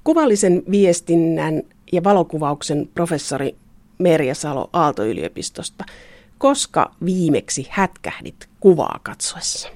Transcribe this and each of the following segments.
Kuvallisen viestinnän ja valokuvauksen professori Merja Salo Aalto-yliopistosta. Koska viimeksi hätkähdit kuvaa katsoessa?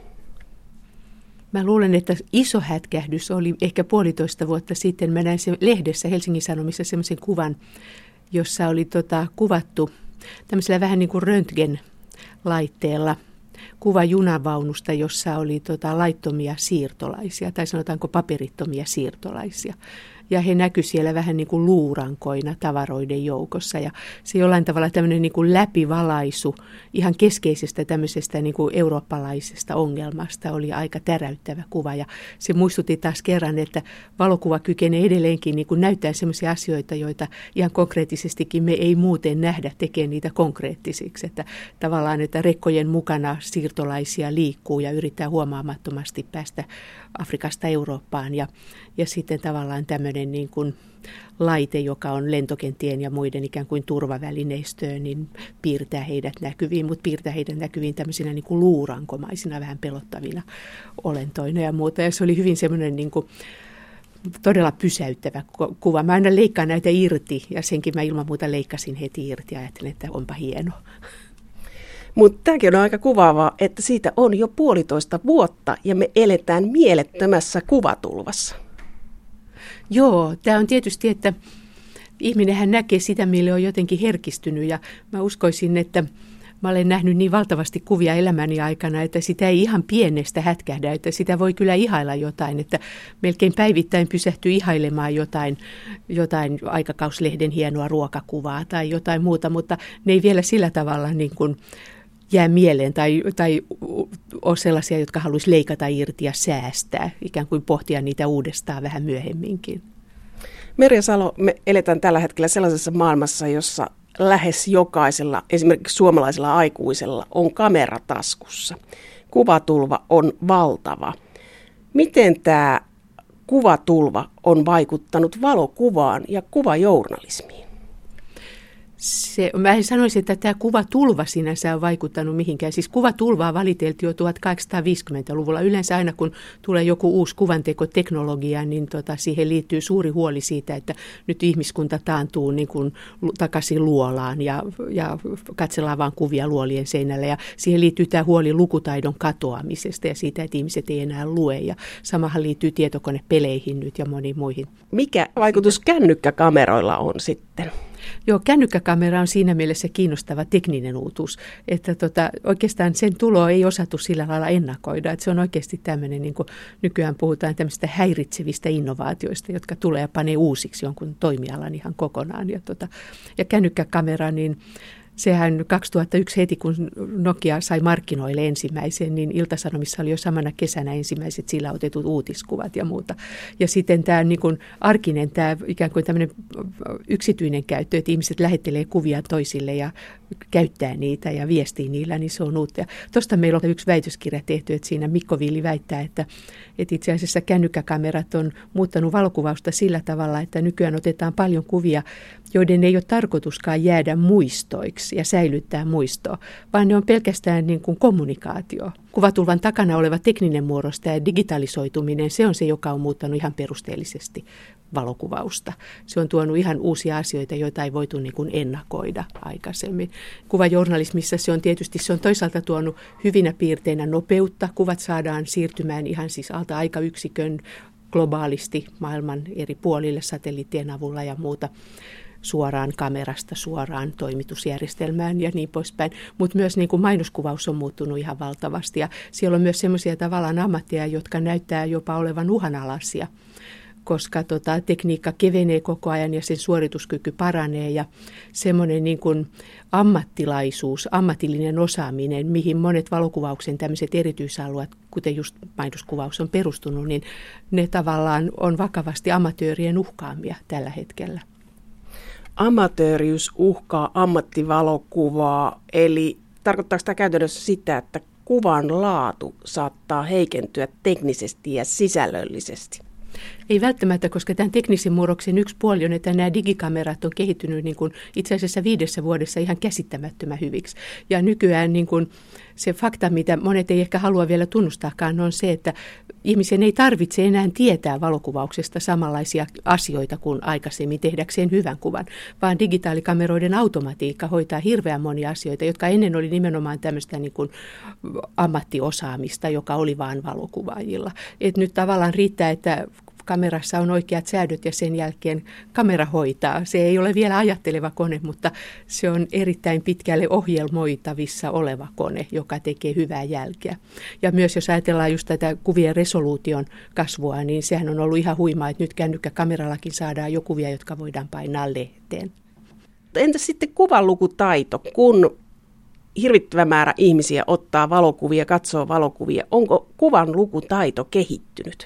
Mä luulen, että iso hätkähdys oli ehkä 1,5 vuotta sitten. Mä näin lehdessä Helsingin Sanomissa semmoisen kuvan, jossa oli kuvattu tämmöisellä vähän niin kuin röntgenlaitteella kuva junavaunusta, jossa oli laittomia siirtolaisia, tai sanotaanko paperittomia siirtolaisia. Ja he näkyi siellä vähän niin kuin luurankoina tavaroiden joukossa. Ja se jollain tavalla tämmöinen niin kuin läpivalaisu ihan keskeisestä tämmöisestä niin kuin eurooppalaisesta ongelmasta oli aika täräyttävä kuva. Ja se muistutti taas kerran, että valokuva kykenee edelleenkin niin kuin näyttää semmoisia asioita, joita ihan konkreettisestikin me ei muuten nähdä, tekee niitä konkreettisiksi. Että tavallaan, että rekkojen mukana siirtolaisia liikkuu ja yrittää huomaamattomasti päästä Afrikasta Eurooppaan. Ja sitten tavallaan tämmöinen niin kuin laite, joka on lentokenttien ja muiden ikään kuin turvavälineistöön, niin piirtää heidät näkyviin, mutta piirtää heidät näkyviin tämmöisinä niin kuin luurankomaisina, vähän pelottavina olentoina ja muuta. Ja se oli hyvin semmoinen niin kuin todella pysäyttävä kuva. Mä aina leikkaan näitä irti ja senkin mä ilman muuta leikkasin heti irti ja ajattelin, että onpa hieno. Mutta tämäkin on aika kuvaavaa, että siitä on jo 1,5 vuotta ja me eletään mielettömässä kuvatulvassa. Joo, tämä on tietysti, että ihminenhän näkee sitä, mille on jotenkin herkistynyt ja mä uskoisin, että mä olen nähnyt niin valtavasti kuvia elämäni aikana, että sitä ei ihan pienestä hätkähdä, että sitä voi kyllä ihailla jotain, että melkein päivittäin pysähtyy ihailemaan jotain aikakauslehden hienoa ruokakuvaa tai jotain muuta, mutta ne ei vielä sillä tavalla niin kuin jää mieleen tai ole sellaisia, jotka haluaisi leikata irti ja säästää, ikään kuin pohtia niitä uudestaan vähän myöhemminkin. Merja Salo, me eletään tällä hetkellä sellaisessa maailmassa, jossa lähes jokaisella, esimerkiksi suomalaisella aikuisella, on kamera taskussa. Kuvatulva on valtava. Miten tämä kuvatulva on vaikuttanut valokuvaan ja kuvajournalismiin? Mä sanoisin, että tämä kuvatulva sinänsä on vaikuttanut mihinkään. Siis kuvatulvaa valiteltiin jo 1850-luvulla. Yleensä aina kun tulee joku uusi kuvantekoteknologia, niin siihen liittyy suuri huoli siitä, että nyt ihmiskunta taantuu niin kuin takaisin luolaan ja katsellaan vaan kuvia luolien seinällä. Ja siihen liittyy tämä huoli lukutaidon katoamisesta ja siitä, että ihmiset ei enää lue. Ja samahan liittyy tietokonepeleihin nyt ja moniin muihin. Mikä vaikutus kännykkäkameroilla on sitten? Joo, kännykkäkamera on siinä mielessä kiinnostava tekninen uutuus, että oikeastaan sen tuloa ei osattu sillä lailla ennakoida. Että se on oikeasti tämmöinen, niin kuin nykyään puhutaan tämmöistä häiritsevistä innovaatioista, jotka tulee ja panee uusiksi jonkun toimialan ihan kokonaan. Ja kännykkäkamera, niin sehän 2001 heti, kun Nokia sai markkinoille ensimmäisen, niin Ilta-Sanomissa oli jo samana kesänä ensimmäiset sillä otetut uutiskuvat ja muuta. Ja sitten tämä niin kuin arkinen, tämä ikään kuin tämmöinen yksityinen käyttö, että ihmiset lähettelee kuvia toisille ja käyttää niitä ja viestii niillä, niin se on uutta. Tuosta meillä on yksi väitöskirja tehty, että siinä Mikko Viili väittää, että itse asiassa kännykkäkamerat on muuttanut valokuvausta sillä tavalla, että nykyään otetaan paljon kuvia, joiden ei ole tarkoituskaan jäädä muistoiksi ja säilyttää muistoa, vaan ne on pelkästään niin kuin kommunikaatio. Kuvatulvan takana oleva tekninen muodosta ja digitalisoituminen, se on se, joka on muuttanut ihan perusteellisesti valokuvausta. Se on tuonut ihan uusia asioita, joita ei voitu niin kuin ennakoida aikaisemmin. Kuvajournalismissa se on toisaalta tuonut hyvinä piirteinä nopeutta. Kuvat saadaan siirtymään ihan siis alta aikayksikön globaalisti maailman eri puolille satelliittien avulla ja muuta. Suoraan kamerasta, suoraan toimitusjärjestelmään ja niin poispäin. Mutta myös niin kuin mainoskuvaus on muuttunut ihan valtavasti ja siellä on myös semmoisia tavallaan ammatteja, jotka näyttää jopa olevan uhanalaisia, koska tekniikka kevenee koko ajan ja sen suorituskyky paranee ja semmoinen niin kuin ammattilaisuus, ammatillinen osaaminen, mihin monet valokuvauksen tämmöiset erityisalueet, kuten just mainoskuvaus on perustunut, niin ne tavallaan on vakavasti amatöörien uhkaamia tällä hetkellä. Amatööriys uhkaa ammattivalokuvaa, eli tarkoittaako tämä käytännössä sitä, että kuvan laatu saattaa heikentyä teknisesti ja sisällöllisesti? Ei välttämättä, koska tämän teknisen murroksen yksi puoli on, että nämä digikamerat on kehittynyt niin kuin itse asiassa 5 vuodessa ihan käsittämättömän hyviksi. Ja nykyään niin kuin se fakta, mitä monet ei ehkä halua vielä tunnustaakaan, on se, että ihmisen ei tarvitse enää tietää valokuvauksesta samanlaisia asioita kuin aikaisemmin tehdäkseen hyvän kuvan, vaan digitaalikameroiden automatiikka hoitaa hirveän monia asioita, jotka ennen oli nimenomaan tämmöistä niin kuin ammattiosaamista, joka oli vain valokuvaajilla. Et nyt tavallaan riittää, että kamerassa on oikeat säädöt ja sen jälkeen kamera hoitaa. Se ei ole vielä ajatteleva kone, mutta se on erittäin pitkälle ohjelmoitavissa oleva kone, joka tekee hyvää jälkeä. Ja myös jos ajatellaan just tätä kuvien resoluution kasvua, niin sehän on ollut ihan huimaa, että nyt kännykkäkamerallakin saadaan jo kuvia, jotka voidaan painaa lehteen. Entäs sitten kuvanlukutaito, kun hirvittävä määrä ihmisiä ottaa valokuvia, katsoo valokuvia, onko kuvanlukutaito kehittynyt?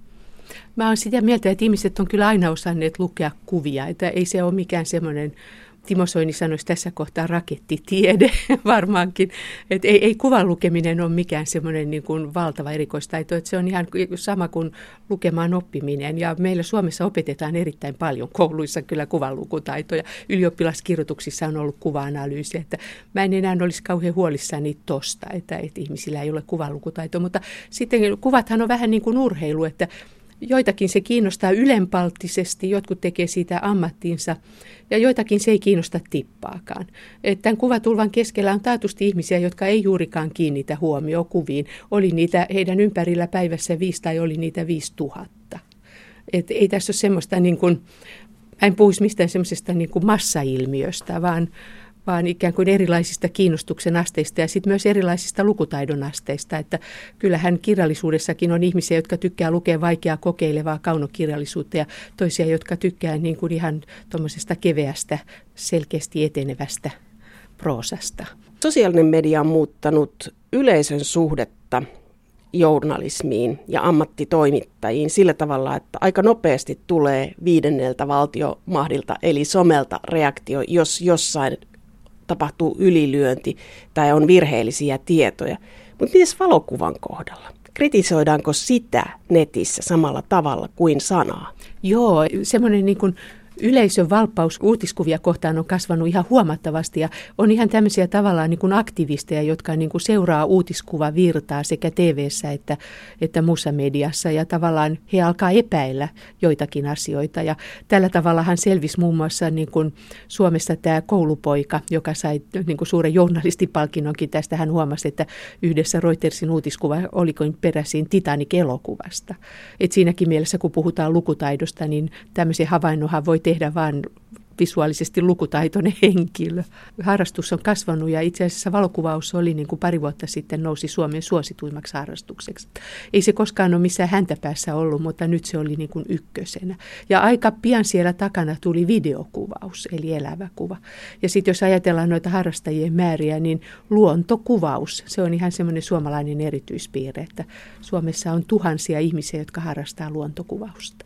Mä oon sitä mieltä, että ihmiset on kyllä aina osanneet lukea kuvia, että ei se ole mikään semmoinen, Timo Soini sanoisi tässä kohtaa rakettitiede varmaankin, että ei kuvan lukeminen ole mikään semmoinen niin kuin valtava erikoistaito, että se on ihan sama kuin lukemaan oppiminen ja meillä Suomessa opetetaan erittäin paljon kouluissa kyllä kuvanlukutaitoja. Ylioppilaskirjoituksissa on ollut kuva-analyysi, että mä en enää olisi kauhean huolissani tosta, että ihmisillä ei ole kuvanlukutaito, mutta sitten kuvathan on vähän niin kuin urheilu, että joitakin se kiinnostaa ylenpalttisesti, jotkut tekee siitä ammattiinsa ja joitakin se ei kiinnosta tippaakaan. Et tämän kuvatulvan keskellä on taatusti ihmisiä, jotka ei juurikaan kiinnitä huomioon kuviin. Oli niitä heidän ympärillä päivässä 5 tai oli niitä 5000. Et ei tässä ole semmoista, niin kuin, en puhuisi mistään semmoisesta niin kuin massailmiöstä, vaan ikään kuin erilaisista kiinnostuksen asteista ja sitten myös erilaisista lukutaidon asteista. Että kyllähän kirjallisuudessakin on ihmisiä, jotka tykkää lukea vaikeaa kokeilevaa kaunokirjallisuutta ja toisia, jotka tykkää niin kuin ihan tuommoisesta keveästä, selkeästi etenevästä proosasta. Sosiaalinen media on muuttanut yleisön suhdetta journalismiin ja ammattitoimittajiin sillä tavalla, että aika nopeasti tulee 5. valtiomahdilta eli somelta reaktio, jos jossain tapahtuu ylilyönti tai on virheellisiä tietoja. Mutta mites valokuvan kohdalla? Kritisoidaanko sitä netissä samalla tavalla kuin sanaa? Joo, semmoinen niin kuin yleisön valppaus uutiskuvia kohtaan on kasvanut ihan huomattavasti ja on ihan tämmöisiä tavallaan niin kuin aktivisteja, jotka niin kuin seuraa uutiskuvavirtaa sekä TV:ssä että muussa mediassa ja tavallaan he alkaa epäillä joitakin asioita ja tällä tavallahan selvisi muun muassa niin kuin Suomessa tämä koulupoika, joka sai niin kuin suuren journalistipalkinnonkin. Tästä hän huomasi, että yhdessä Reutersin uutiskuva oliko peräisin Titanic-elokuvasta. Et siinäkin mielessä, kun puhutaan lukutaidosta, niin tämmöisen havainnohan voi tehdä vain visuaalisesti lukutaitoinen henkilö. Harrastus on kasvanut ja itse asiassa valokuvaus oli niin kuin 2 vuotta sitten nousi Suomen suosituimmaksi harrastukseksi. Ei se koskaan ole missään häntäpäässä ollut, mutta nyt se oli niin kuin ykkösenä. Ja aika pian siellä takana tuli videokuvaus, eli elävä kuva. Ja sitten jos ajatellaan noita harrastajien määriä, niin luontokuvaus, se on ihan semmoinen suomalainen erityispiirre, että Suomessa on tuhansia ihmisiä, jotka harrastaa luontokuvausta.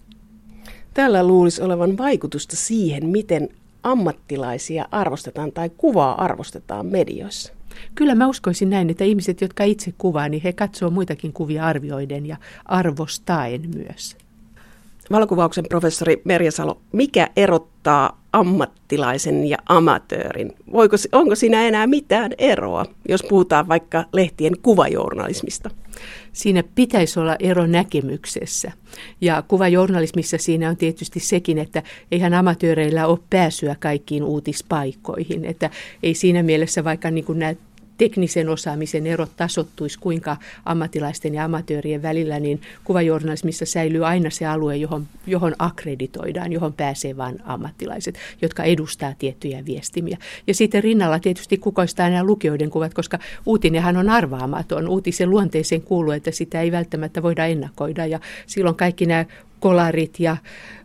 Tällä luulisi olevan vaikutusta siihen, miten ammattilaisia arvostetaan tai kuvaa arvostetaan medioissa. Kyllä mä uskoisin näin, että ihmiset, jotka itse kuvaa, niin he katsoo muitakin kuvia arvioiden ja arvostaen myös. Valokuvauksen professori Merja Salo, mikä erottaa ammattilaisen ja amatöörin? Onko siinä enää mitään eroa, jos puhutaan vaikka lehtien kuvajournalismista? Siinä pitäisi olla ero näkemyksessä. Ja kuvajournalismissa siinä on tietysti sekin, että eihän amatööreillä ole pääsyä kaikkiin uutispaikkoihin. Että ei siinä mielessä vaikka niin kuin nämä teknisen osaamisen erot tasoittuisi kuinka ammattilaisten ja amatöörien välillä, niin kuvajournalismissa säilyy aina se alue, johon akkreditoidaan, johon pääsee vain ammattilaiset, jotka edustaa tiettyjä viestimiä. Ja sitten rinnalla tietysti kukoistaa nämä lukijoiden kuvat, koska uutinenhan on arvaamaton. Uutisen luonteeseen kuuluu, että sitä ei välttämättä voida ennakoida ja silloin kaikki nämä kolarit ja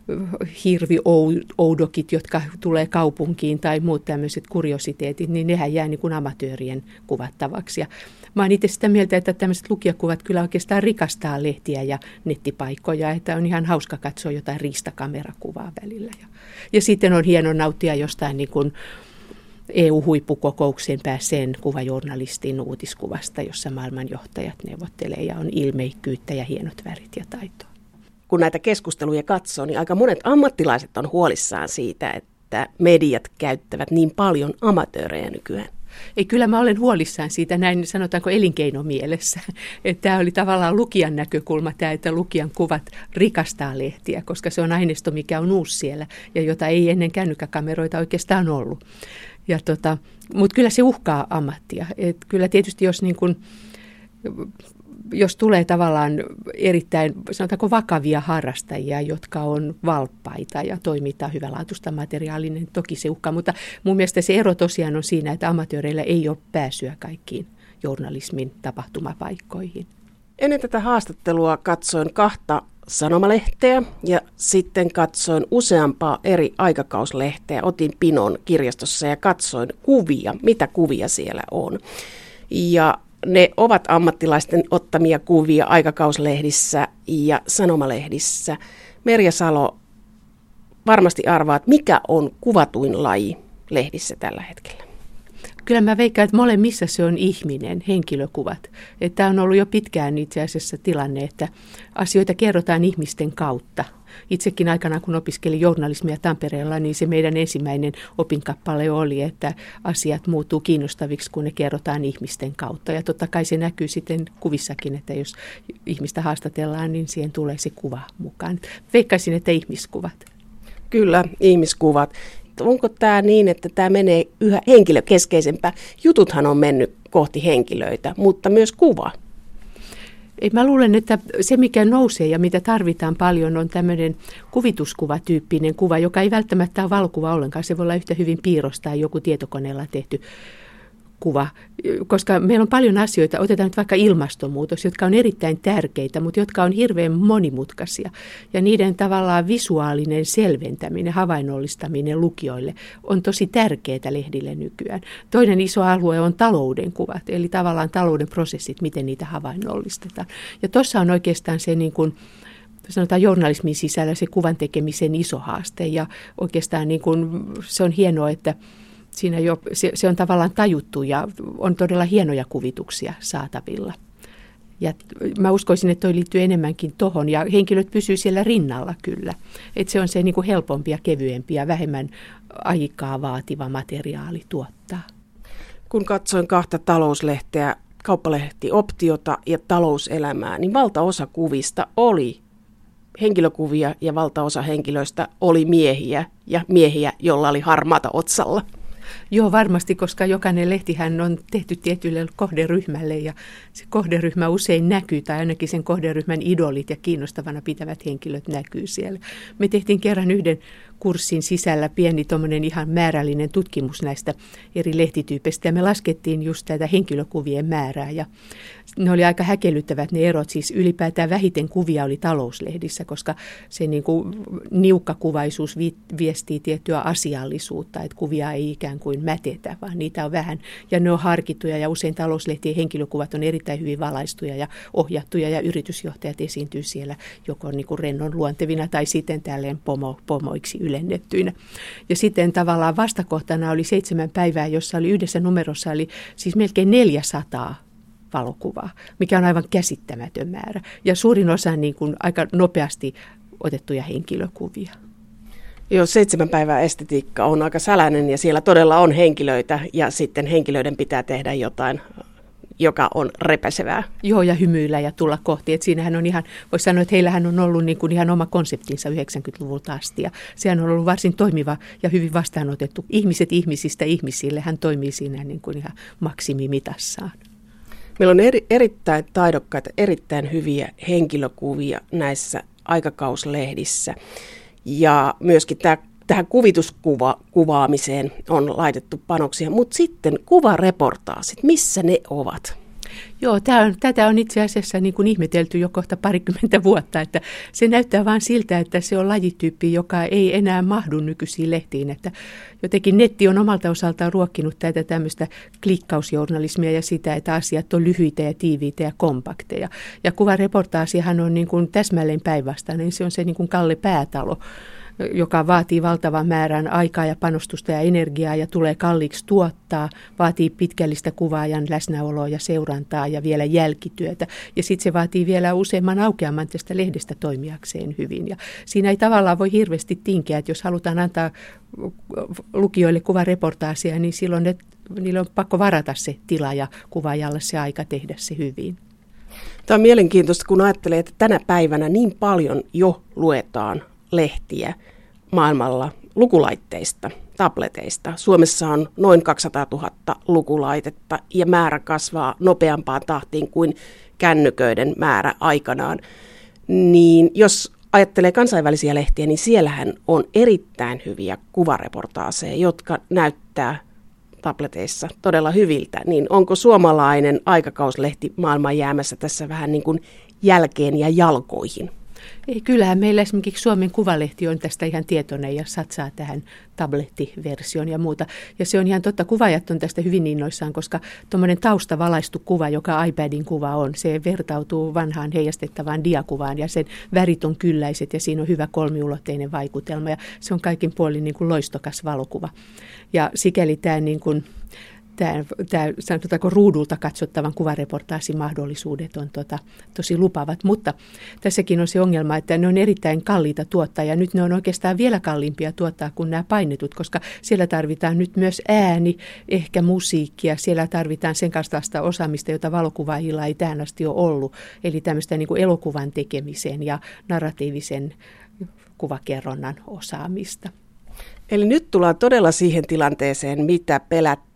hirvioudokit, jotka tulee kaupunkiin tai muut tämmöiset kuriositeetit, niin nehän jää niin kuin amatöörien kuvattavaksi. Ja mä oon itse sitä mieltä, että tämmöiset lukijakuvat kyllä oikeastaan rikastaa lehtiä ja nettipaikkoja, että on ihan hauska katsoa jotain riistakamerakuvaa välillä. Ja sitten on hieno nauttia jostain niin kuin EU-huippukokoukseen pääseen kuvajournalistin uutiskuvasta, jossa maailmanjohtajat neuvottelee ja on ilmeikkyyttä ja hienot värit ja taitoa. kun näitä keskusteluja katsoo, niin aika monet ammattilaiset on huolissaan siitä, että mediat käyttävät niin paljon amatöörejä nykyään. Ei, kyllä mä olen huolissaan siitä näin, sanotaanko elinkeinomielessä. Että tämä oli tavallaan lukijan näkökulma, tämä, että lukijan kuvat rikastaa lehtiä, koska se on aineisto, mikä on uusi siellä ja jota ei ennen kännykkäkameroita oikeastaan ollut. Mutta kyllä se uhkaa ammattia. Et kyllä tietysti jos tulee tavallaan erittäin, sanotaanko vakavia harrastajia, jotka on valppaita ja toimittaa hyvälaatuista materiaalia, niin toki se uhkaa. Mutta mun mielestä se ero tosiaan on siinä, että amatööreillä ei ole pääsyä kaikkiin journalismin tapahtumapaikkoihin. Ennen tätä haastattelua katsoin 2 sanomalehteä ja sitten katsoin useampaa eri aikakauslehteä. Otin pinon kirjastossa ja katsoin kuvia, mitä kuvia siellä on. Ja ne ovat ammattilaisten ottamia kuvia aikakauslehdissä ja sanomalehdissä. Merja Salo, varmasti arvaat, mikä on kuvatuin laji lehdissä tällä hetkellä? Kyllä mä veikkaan, että molemmissa se on ihminen, henkilökuvat. Tämä on ollut jo pitkään itse asiassa tilanne, että asioita kerrotaan ihmisten kautta. Itsekin aikana, kun opiskelin journalismia Tampereella, niin se meidän ensimmäinen opinkappale oli, että asiat muuttuu kiinnostaviksi, kun ne kerrotaan ihmisten kautta. Ja totta kai se näkyy sitten kuvissakin, että jos ihmistä haastatellaan, niin siihen tulee se kuva mukaan. Veikkaisin, että ihmiskuvat. Kyllä, ihmiskuvat. Onko tämä niin, että tämä menee yhä henkilökeskeisempään? Jututhan on mennyt kohti henkilöitä, mutta myös kuva. Mä luulen, että se mikä nousee ja mitä tarvitaan paljon on tämmöinen kuvituskuvatyyppinen kuva, joka ei välttämättä ole valokuva ollenkaan. Se voi olla yhtä hyvin piirros tai joku tietokoneella tehty kuva, koska meillä on paljon asioita, otetaan nyt vaikka ilmastonmuutos, jotka on erittäin tärkeitä, mutta jotka on hirveän monimutkaisia. Ja niiden tavallaan visuaalinen selventäminen, havainnollistaminen lukijoille on tosi tärkeää lehdille nykyään. Toinen iso alue on talouden kuvat, eli tavallaan talouden prosessit, miten niitä havainnollistetaan. Ja tuossa on oikeastaan se niin kuin sanotaan journalismin sisällä se kuvan tekemisen iso haaste ja oikeastaan niin kuin, se on hienoa, että siinä se on tavallaan tajuttu ja on todella hienoja kuvituksia saatavilla. Ja mä uskoisin, että toi liittyy enemmänkin tohon ja henkilöt pysyy siellä rinnalla kyllä. Että se on se niin kuin helpompi ja kevyempi ja vähemmän aikaa vaativa materiaali tuottaa. Kun katsoin 2 talouslehteä, Kauppalehti Optiota ja Talouselämää, niin valtaosa kuvista oli henkilökuvia ja valtaosa henkilöistä oli miehiä ja miehiä, jolla oli harmaata otsalla. Joo, varmasti, koska jokainen lehtihän on tehty tietylle kohderyhmälle ja se kohderyhmä usein näkyy tai ainakin sen kohderyhmän idolit ja kiinnostavana pitävät henkilöt näkyy siellä. Me tehtiin kerran yhden kurssin sisällä pieni tommoinen ihan määrällinen tutkimus näistä eri lehtityypeistä ja me laskettiin just tätä henkilökuvien määrää ja ne oli aika häkellyttävät ne erot, siis ylipäätään vähiten kuvia oli talouslehdissä, koska se niin kuin niukkakuvaisuus viestii tiettyä asiallisuutta, että kuvia ei ikään kuin mätetä, vaan niitä on vähän ja ne on harkittuja ja usein talouslehtien henkilökuvat on erittäin hyvin valaistuja ja ohjattuja ja yritysjohtajat esiintyy siellä joko niin kuin rennon luontevina tai sitten tälleen pomoiksi ylennettyinä. Ja sitten tavallaan vastakohtana oli 7 päivää, jossa oli yhdessä numerossa oli siis melkein 400 valokuvaa, mikä on aivan käsittämätön määrä. Ja suurin osa niin kuin aika nopeasti otettuja henkilökuvia. Joo, 7 päivää estetiikka on aika säläinen ja siellä todella on henkilöitä ja sitten henkilöiden pitää tehdä jotain, joka on repäsevää. Joo, ja hymyillä ja tulla kohti. Et siinähän on ihan, voisi sanoa, että heillähän on ollut niin kuin ihan oma konseptinsa 90-luvulta asti. Ja sehän on ollut varsin toimiva ja hyvin vastaanotettu. Ihmiset ihmisistä ihmisille, hän toimii siinä niin kuin ihan maksimimitassaan. Meillä on erittäin taidokkaita, erittäin hyviä henkilökuvia näissä aikakauslehdissä. Ja myöskin tähän kuvituskuvaamiseen on laitettu panoksia, mutta sitten kuvareportaasit, missä ne ovat? Joo, tätä on itse asiassa niin kuin ihmetelty jo kohta 20 vuotta, että se näyttää vain siltä, että se on lajityyppi, joka ei enää mahdu nykyisiin lehtiin, että jotenkin netti on omalta osaltaan ruokkinut tätä tämmöistä klikkausjournalismia ja sitä, että asiat on lyhyitä ja tiiviitä ja kompakteja. Ja kuvareportaasihan on niin kuin täsmälleen päinvastainen, se on se niin kuin Kalle Päätalo joka vaatii valtavan määrän aikaa ja panostusta ja energiaa ja tulee kalliiksi tuottaa, vaatii pitkällistä kuvaajan läsnäoloa ja seurantaa ja vielä jälkityötä. Ja sitten se vaatii vielä useamman aukeamman tästä lehdestä toimijakseen hyvin. Ja siinä ei tavallaan voi hirveästi tinkiä, että jos halutaan antaa lukijoille kuvareportaasia, niin silloin niillä on pakko varata se tila ja kuvaajalle se aika tehdä se hyvin. Tämä on mielenkiintoista, kun ajattelee, että tänä päivänä niin paljon jo luetaan lehtiä maailmalla lukulaitteista, tableteista. Suomessa on noin 200 000 lukulaitetta ja määrä kasvaa nopeampaan tahtiin kuin kännyköiden määrä aikanaan. Niin jos ajattelee kansainvälisiä lehtiä, niin siellähän on erittäin hyviä kuvareportaaseja, jotka näyttää tableteissa todella hyviltä. Niin onko suomalainen aikakauslehti maailman jäämässä tässä vähän niin kuin jälkeen ja jalkoihin? Ei, kyllähän meillä esimerkiksi Suomen Kuvalehti on tästä ihan tietoinen ja satsaa tähän tablettiversioon ja muuta. Ja se on ihan totta, kuvaajat on tästä hyvin innoissaan, koska tuommoinen taustavalaistu kuva, joka iPadin kuva on, se vertautuu vanhaan heijastettavaan diakuvaan ja sen värit on kylläiset ja siinä on hyvä kolmiulotteinen vaikutelma ja se on kaikin puolin niin kuin loistokas valokuva. Ja sikäli tämä niin kuin sanotaanko ruudulta katsottavan kuvareportaasin mahdollisuudet on tosi lupavat, mutta tässäkin on se ongelma, että ne on erittäin kalliita tuottaa ja nyt ne on oikeastaan vielä kalliimpia tuottaa kuin nämä painetut, koska siellä tarvitaan nyt myös ääni, ehkä musiikkia, siellä tarvitaan sen kaltaista osaamista, jota valokuvaajilla ei tähän asti ole ollut, eli tämmöistä niin kuin elokuvan tekemisen ja narratiivisen kuvakerronnan osaamista. Eli nyt tullaan todella siihen tilanteeseen, mitä pelättiin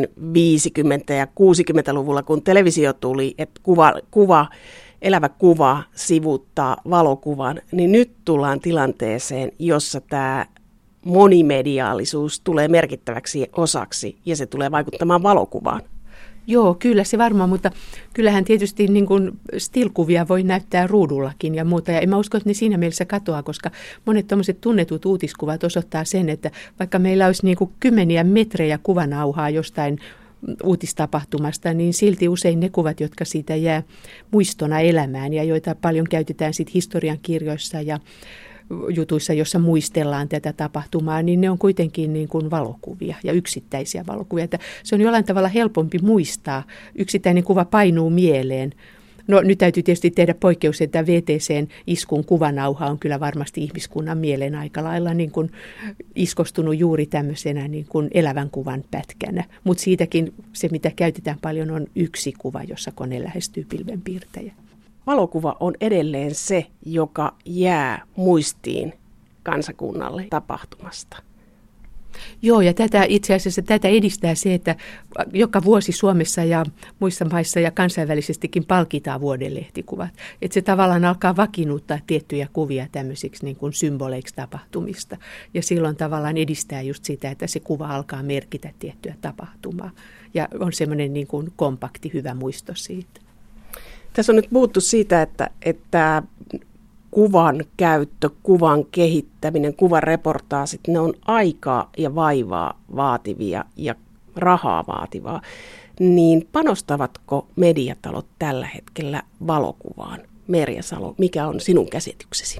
50- ja 60-luvulla, kun televisio tuli, että elävä kuva sivuttaa valokuvan, niin nyt tullaan tilanteeseen, jossa tämä monimediaalisuus tulee merkittäväksi osaksi ja se tulee vaikuttamaan valokuvaan. Joo, kyllä se varmaan, mutta kyllähän tietysti niin kuin still-kuvia voi näyttää ruudullakin ja muuta. Ja en mä usko, että ne siinä mielessä katoaa, koska monet tuommoiset tunnetut uutiskuvat osoittaa sen, että vaikka meillä olisi niin kuin kymmeniä metrejä kuvanauhaa jostain uutistapahtumasta, niin silti usein ne kuvat, jotka siitä jää muistona elämään ja joita paljon käytetään sitten historian kirjoissa ja jutuissa, jossa muistellaan tätä tapahtumaa, niin ne on kuitenkin niin kuin valokuvia ja yksittäisiä valokuvia. Että se on jollain tavalla helpompi muistaa. Yksittäinen kuva painuu mieleen. No nyt täytyy tietysti tehdä poikkeus, että VTC:n iskun kuvanauha on kyllä varmasti ihmiskunnan mieleen aika lailla niin kuin iskostunut juuri tämmöisenä niin kuin elävän kuvan pätkänä. Mutta siitäkin se, mitä käytetään paljon, on yksi kuva, jossa kone lähestyy pilvenpiirtäjä. Valokuva on edelleen se, joka jää muistiin kansakunnalle tapahtumasta. Joo, ja itse asiassa tätä edistää se, että joka vuosi Suomessa ja muissa maissa ja kansainvälisestikin palkitaan vuodenlehtikuvat. Että se tavallaan alkaa vakiinnuttaa tiettyjä kuvia tämmöisiksi niin kuin symboleiksi tapahtumista. Ja silloin tavallaan edistää just sitä, että se kuva alkaa merkitä tiettyä tapahtumaa. Ja on semmoinen niin kuin kompakti, hyvä muisto siitä. Tässä on nyt puhuttu siitä, että kuvan käyttö, kuvan kehittäminen, kuvan reportaasit, ne on aikaa ja vaivaa vaativia ja rahaa vaativaa. Niin panostavatko mediatalot tällä hetkellä valokuvaan? Merja Salo, mikä on sinun käsityksesi?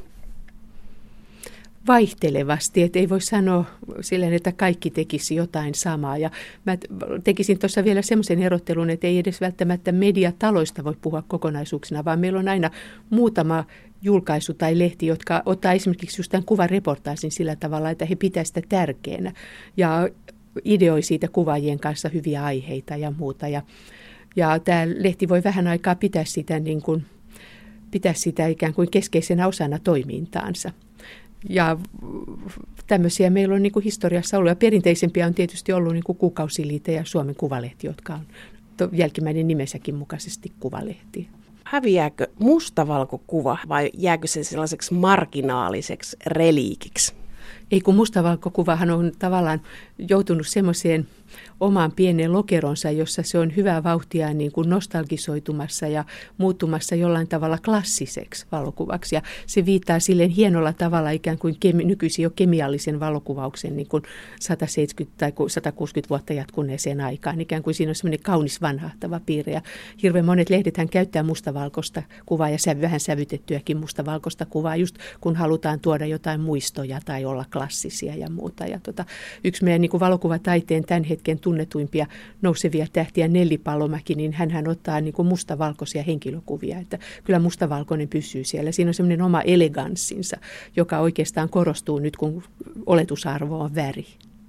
Vaihtelevasti, että ei voi sanoa silleen, että kaikki tekisi jotain samaa. Ja mä tekisin tuossa vielä semmoisen erottelun, että ei edes välttämättä mediataloista voi puhua kokonaisuuksina, vaan meillä on aina muutama julkaisu tai lehti, jotka ottaa esimerkiksi just tämän kuvareportaasin sillä tavalla, että he pitävät sitä tärkeänä ja ideoi siitä kuvaajien kanssa hyviä aiheita ja muuta. Ja tämä lehti voi vähän aikaa pitää sitä ikään kuin keskeisenä osana toimintaansa. Ja tämmöisiä meillä on niin kuin historiassa ollut. Ja perinteisempiä on tietysti ollut niin kuin Kuukausiliite ja Suomen Kuvalehti, jotka on jälkimmäinen nimensäkin mukaisesti kuvalehti. Häviääkö mustavalkokuva vai jääkö se sellaiseksi marginaaliseksi reliikiksi? Ei, kun mustavalkokuvahan on tavallaan joutunut semmoiseen omaan pienen lokeronsa, jossa se on hyvää vauhtia niin kuin nostalgisoitumassa ja muuttumassa jollain tavalla klassiseksi valokuvaksi. Ja se viittaa silleen hienolla tavalla ikään kuin nykyisin jo kemiallisen valokuvauksen niin kuin 170 tai 160 vuotta jatkuneeseen aikaan. Ikään kuin siinä on semmoinen kaunis vanhahtava piirre. Ja hirveän monet lehdethän käyttää mustavalkoista kuvaa ja vähän sävytettyäkin mustavalkoista kuvaa, just kun halutaan tuoda jotain muistoja tai olla klassisia ja muuta. Ja yksi meidän niin kuin valokuvataiteen tämän hetken tunnetuimpia nousevia tähtiä, Nelli Palomäki, niin hänhän ottaa niin kuin mustavalkoisia henkilökuvia, että kyllä mustavalkoinen pysyy siellä. Siinä on semmoinen oma eleganssinsa, joka oikeastaan korostuu nyt, kun oletusarvo on väri.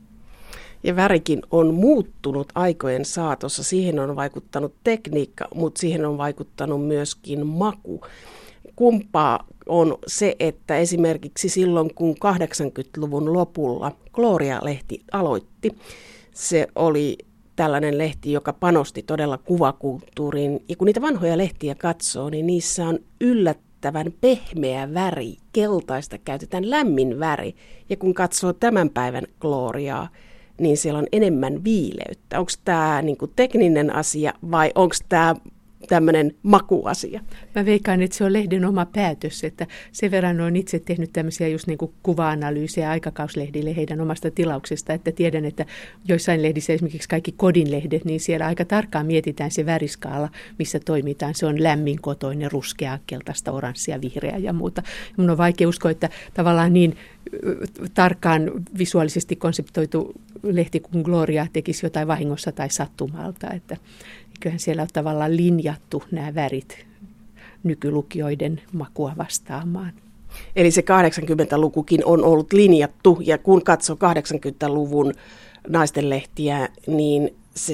Ja värikin on muuttunut aikojen saatossa. Siihen on vaikuttanut tekniikka, mutta siihen on vaikuttanut myöskin maku. Kumpaa on se, että esimerkiksi silloin, kun 80-luvun lopulla Gloria-lehti aloitti, se oli tällainen lehti, joka panosti todella kuvakulttuuriin. Ja kun niitä vanhoja lehtiä katsoo, niin niissä on yllättävän pehmeä väri. Keltaista käytetään, lämmin väri. Ja kun katsoo tämän päivän Gloriaa, niin siellä on enemmän viileyttä. Onko tämä niinku tekninen asia vai onko tämä tämmöinen makuasia? Mä veikkaan, että se on lehden oma päätös, että sen verran olen itse tehnyt tämmöisiä just niin kuin kuva-analyysejä aikakauslehdille heidän omasta tilauksesta, että tiedän, että joissain lehdissä, esimerkiksi kaikki kodinlehdet, niin siellä aika tarkkaan mietitään se väriskaala, missä toimitaan. Se on lämminkotoinen, ruskea, keltaista, oranssia, vihreä ja muuta. Mun on vaikea uskoa, että tavallaan niin tarkkaan visuaalisesti konseptoitu lehti kuin Gloria tekisi jotain vahingossa tai sattumalta, että kyllähän siellä on tavallaan linjattu nämä värit nykylukijoiden makua vastaamaan. Eli se 80-lukukin on ollut linjattu, ja kun katsoo 80-luvun naistenlehtiä, niin se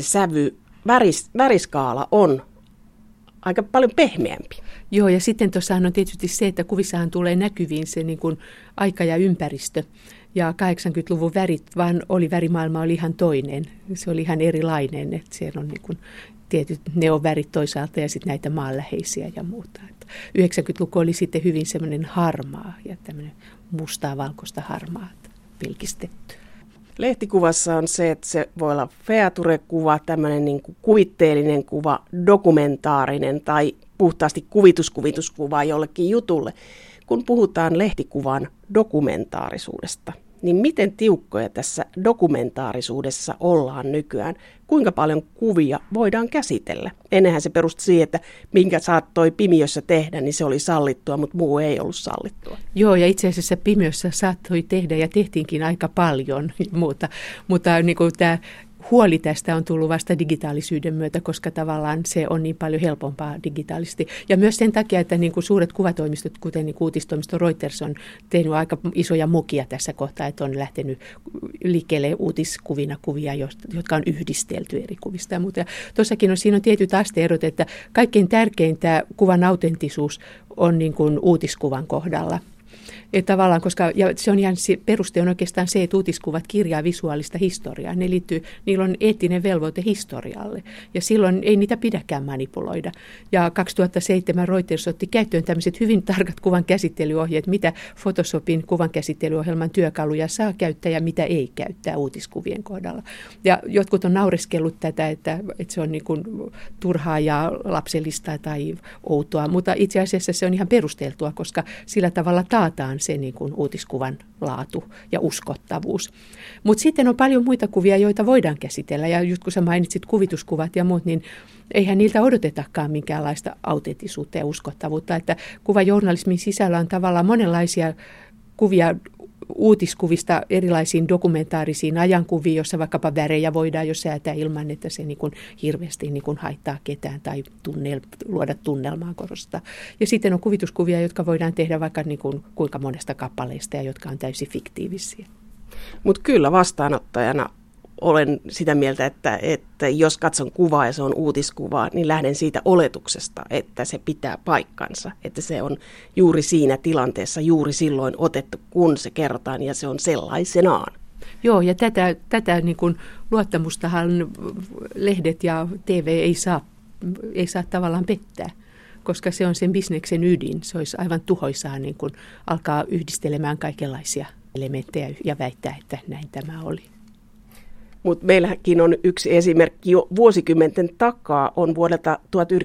väriskaala on aika paljon pehmeämpi. Joo, ja sitten tuossahan on tietysti se, että kuvissahan tulee näkyviin se niin kuin aika ja ympäristö. Ja 80-luvun värimaailma oli ihan toinen. Se oli ihan erilainen, että siellä on niin kuin tietyt neonvärit toisaalta ja sitten näitä maanläheisiä ja muuta. 90-luku oli sitten hyvin semmoinen harmaa ja tämmöinen mustaa valkoista harmaa pilkistetty. Lehtikuvassa on se, että se voi olla feature-kuva, tämmöinen niin kuin kuvitteellinen kuva, dokumentaarinen tai puhtaasti kuvituskuva jollekin jutulle. Kun puhutaan lehtikuvan dokumentaarisuudesta, niin miten tiukkoja tässä dokumentaarisuudessa ollaan nykyään? Kuinka paljon kuvia voidaan käsitellä? Ennenhän se perustui siihen, että minkä saattoi pimiössä tehdä, niin se oli sallittua, mutta muu ei ollut sallittua. Joo, ja itse asiassa pimiössä saattoi tehdä ja tehtiinkin aika paljon muuta, mutta niin kuin tämä huoli tästä on tullut vasta digitaalisuuden myötä, koska tavallaan se on niin paljon helpompaa digitaalisesti. Ja myös sen takia, että niin kuin suuret kuvatoimistot, kuten niin uutistoimisto Reuters, on tehnyt aika isoja mokia tässä kohtaa, että on lähtenyt liikkeelle uutiskuvina kuvia, jotka on yhdistelty eri kuvista ja muuta. Ja tuossakin siinä on tietyt asteerot, että kaikkein tärkeintä kuvan autenttisuus on niin kuin uutiskuvan kohdalla. Että tavallaan, koska, ja se on ihan, peruste on oikeastaan se, että uutiskuvat kirjaa visuaalista historiaa. Niillä on eettinen velvoite historialle ja silloin ei niitä pidäkään manipuloida. Ja 2007 Reuters otti käyttöön tämmöiset hyvin tarkat kuvan käsittelyohjeet, mitä Photoshopin kuvan käsittelyohjelman työkaluja saa käyttää ja mitä ei käyttää uutiskuvien kohdalla. Ja jotkut on naureskellut tätä, että se on niin kuin turhaa ja lapsellista tai outoa, mutta itse asiassa se on ihan perusteltua, koska sillä tavalla taataan se niin kuin uutiskuvan laatu ja uskottavuus. Mutta sitten on paljon muita kuvia, joita voidaan käsitellä. Ja just kun sä mainitsit kuvituskuvat ja muut, niin eihän niiltä odotetakaan minkäänlaista autenttisuutta ja uskottavuutta. Että kuvajournalismin sisällä on tavallaan monenlaisia kuvia uutiskuvista erilaisiin dokumentaarisiin ajankuviin, jossa vaikkapa värejä voidaan jo säätää ilman, että se niin kuin hirveästi niin kuin haittaa ketään tai luoda tunnelmaa korostaa. Ja sitten on kuvituskuvia, jotka voidaan tehdä vaikka niin kuin kuinka monesta kappaleesta ja jotka on täysin fiktiivisiä. Mutta kyllä vastaanottajana olen sitä mieltä, että jos katson kuvaa ja se on uutiskuvaa, niin lähden siitä oletuksesta, että se pitää paikkansa. Että se on juuri siinä tilanteessa, juuri silloin otettu, kun se kerrotaan ja se on sellaisenaan. Joo, ja tätä niin kuin luottamustahan lehdet ja TV ei saa tavallaan pettää, koska se on sen bisneksen ydin. Se olisi aivan tuhoisaa niin kuin alkaa yhdistelemään kaikenlaisia elementtejä ja väittää, että näin tämä oli. Mutta meilläkin on yksi esimerkki jo vuosikymmenten takaa, on vuodelta